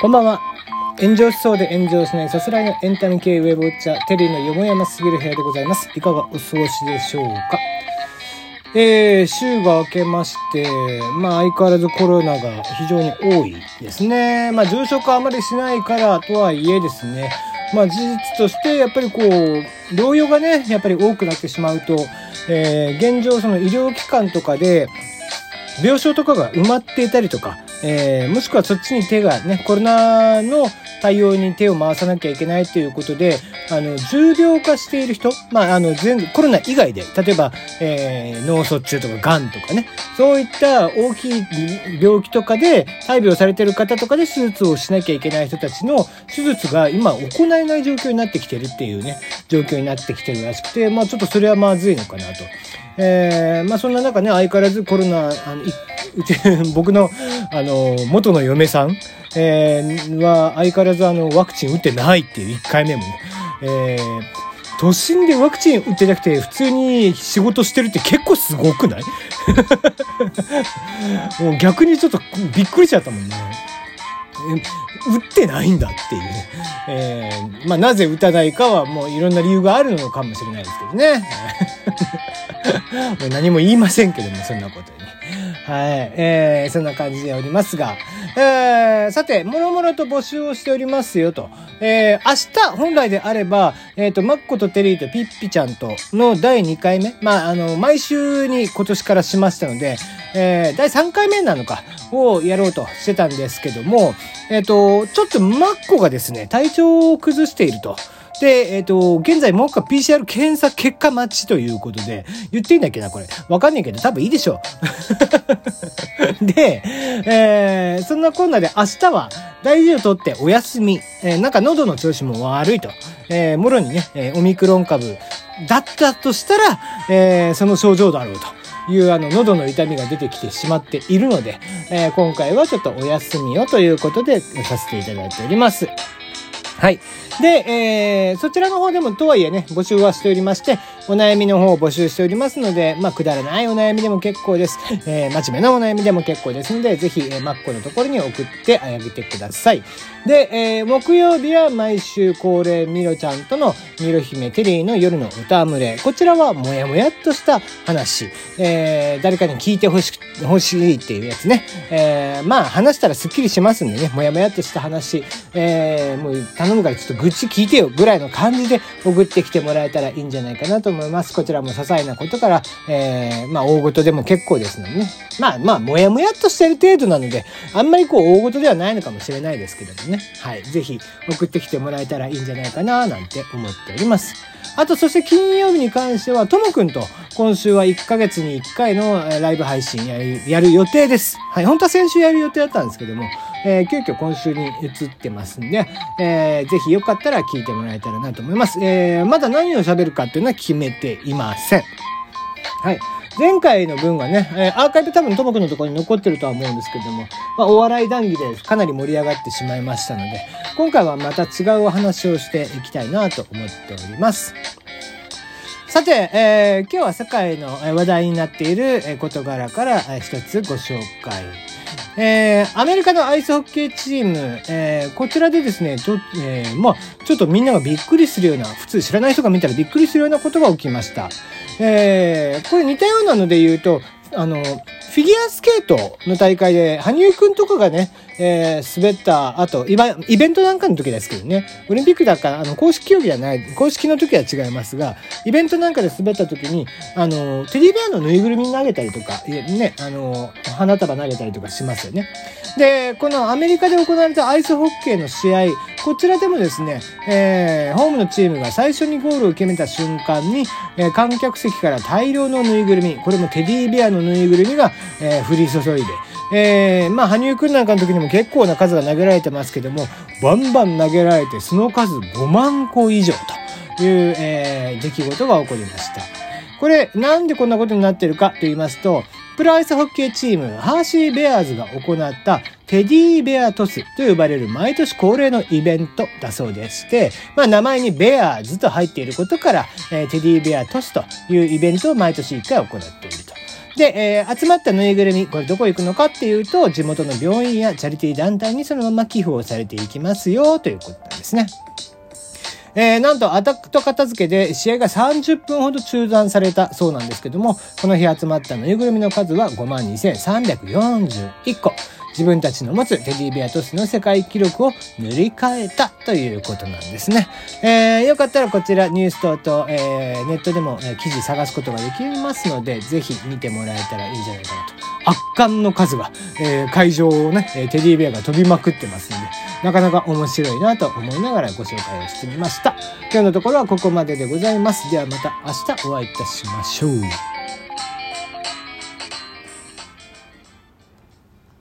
こんばんは。炎上しそうで炎上しないさすらいのエンタメ系ウェブウォッチャーテリーのよもやますぎる部屋でございます。いかがお過ごしでしょうか。週が明けまして、相変わらずコロナが非常に多いですね。重症化あまりしないからとはいえですね、事実としてやっぱり療養がね、やっぱり多くなってしまうと、現状その医療機関とかで病床とかが埋まっていたりとか、もしくはそっちに手がね、コロナの対応に手を回さなきゃいけないということで、重病化している人、コロナ以外で、例えば、脳卒中とか癌とかね、そういった大きい病気とかで大病されている方とかで手術をしなきゃいけない人たちの手術が今行えない状況になってきてるっていうね、状況になってきてるらしくて、ちょっとそれはまずいのかなと。そんな中ね、相変わらずコロナ、僕の、元の嫁さん、は相変わらずワクチン打ってないっていう1回目もね、都心でワクチン打ってなくて普通に仕事してるって結構すごくない？もう逆にちょっとびっくりしちゃったもんね。打ってないんだっていうね。なぜ打たないかはもういろんな理由があるのかもしれないですけどね。もう何も言いませんけども、そんなことに。はい。そんな感じでおりますが、さて、もろもろと募集をしておりますよと。明日、本来であれば、マッコとテリーとピッピちゃんとの第2回目。毎週に今年からしましたので、第3回目なのか、をやろうとしてたんですけども、ちょっとマッコがですね、体調を崩していると。で、現在、もう一回 PCR 検査結果待ちということで、言っていいんだっけな、これ。わかんないけど、多分いいでしょう。で、そんなこんなで明日は大事をとってお休み。喉の調子も悪いと。もろにね、オミクロン株だったとしたら、その症状だろうという喉の痛みが出てきてしまっているので、今回はちょっとお休みをということでさせていただいております。はい。で、そちらの方でもとはいえね、募集はしておりまして、お悩みの方を募集しておりますので、くだらないお悩みでも結構です。真面目なお悩みでも結構ですので、ぜひ、マッコのところに送ってあげてください。で、木曜日は毎週恒例ミロちゃんとのミロ姫テリーの夜の歌群れ。こちらはもやもやっとした話。誰かに聞いてほしいっていうやつね。話したらスッキリしますんでね、もやもやっとした話。もう頼むからちょっと愚痴聞いてよぐらいの感じで送ってきてもらえたらいいんじゃないかなと思います。こちらも些細なことから、大事でも結構ですのでね。もやもやっとしてる程度なので、あんまり大事ではないのかもしれないですけどもね。はい。ぜひ送ってきてもらえたらいいんじゃないかななんて思っております。あと、そして金曜日に関しては、ともくんと今週は1ヶ月に1回のライブ配信やる予定です。はい。本当は先週やる予定だったんですけども、急遽今週に移ってますんで、ぜひよかったら聞いてもらえたらなと思います。まだ何を喋るかっていうのは決めていません。はい。前回の分はね、アーカイブ多分ともくんのところに残ってるとは思うんですけども、お笑い談義でかなり盛り上がってしまいましたので、今回はまた違うお話をしていきたいなと思っております。さて、今日は世界の話題になっている事柄から一つご紹介。アメリカのアイスホッケーチーム、こちらでですね、ちょっとみんながびっくりするような、普通知らない人が見たらびっくりするようなことが起きました。これ似たようなので言うと、フィギュアスケートの大会で、羽生くんとかがね、滑った後、イベントなんかの時ですけどね、オリンピックだから、公式競技じゃない、公式の時は違いますが、イベントなんかで滑った時に、テディベアのぬいぐるみ投げたりとか、ね、花束投げたりとかしますよね。で、このアメリカで行われたアイスホッケーの試合、こちらでもですね、ホームのチームが最初にゴールを決めた瞬間に、観客席から大量のぬいぐるみ、これもテディベアのぬいぐるみが、降り注いで、羽生くんなんかの時にも結構な数が投げられてますけども、バンバン投げられて、その数5万個以上という、出来事が起こりました。これ、なんでこんなことになってるかと言いますと、プロアイスホッケーチーム、ハーシーベアーズが行ったテディベアトスと呼ばれる毎年恒例のイベントだそうでして、名前にベアーズと入っていることから、テディベアトスというイベントを毎年1回行っていると。 で、集まったぬいぐるみ、これどこ行くのかっていうと、地元の病院やチャリティー団体にそのまま寄付をされていきますよということなんですね。なんとアタックと片付けで試合が30分ほど中断されたそうなんですけども、この日集まったぬいぐるみの数は52,341個。自分たちの持つテディベアトスの世界記録を塗り替えたということなんですね。よかったらこちらニュース等々、ネットでも、記事探すことができますので、ぜひ見てもらえたらいいんじゃないかなと。圧巻の数が、会場をね、テディベアが飛びまくってますので、なかなか面白いなと思いながらご紹介をしてみました。今日のところはここまででございます。ではまた明日お会いいたしましょう。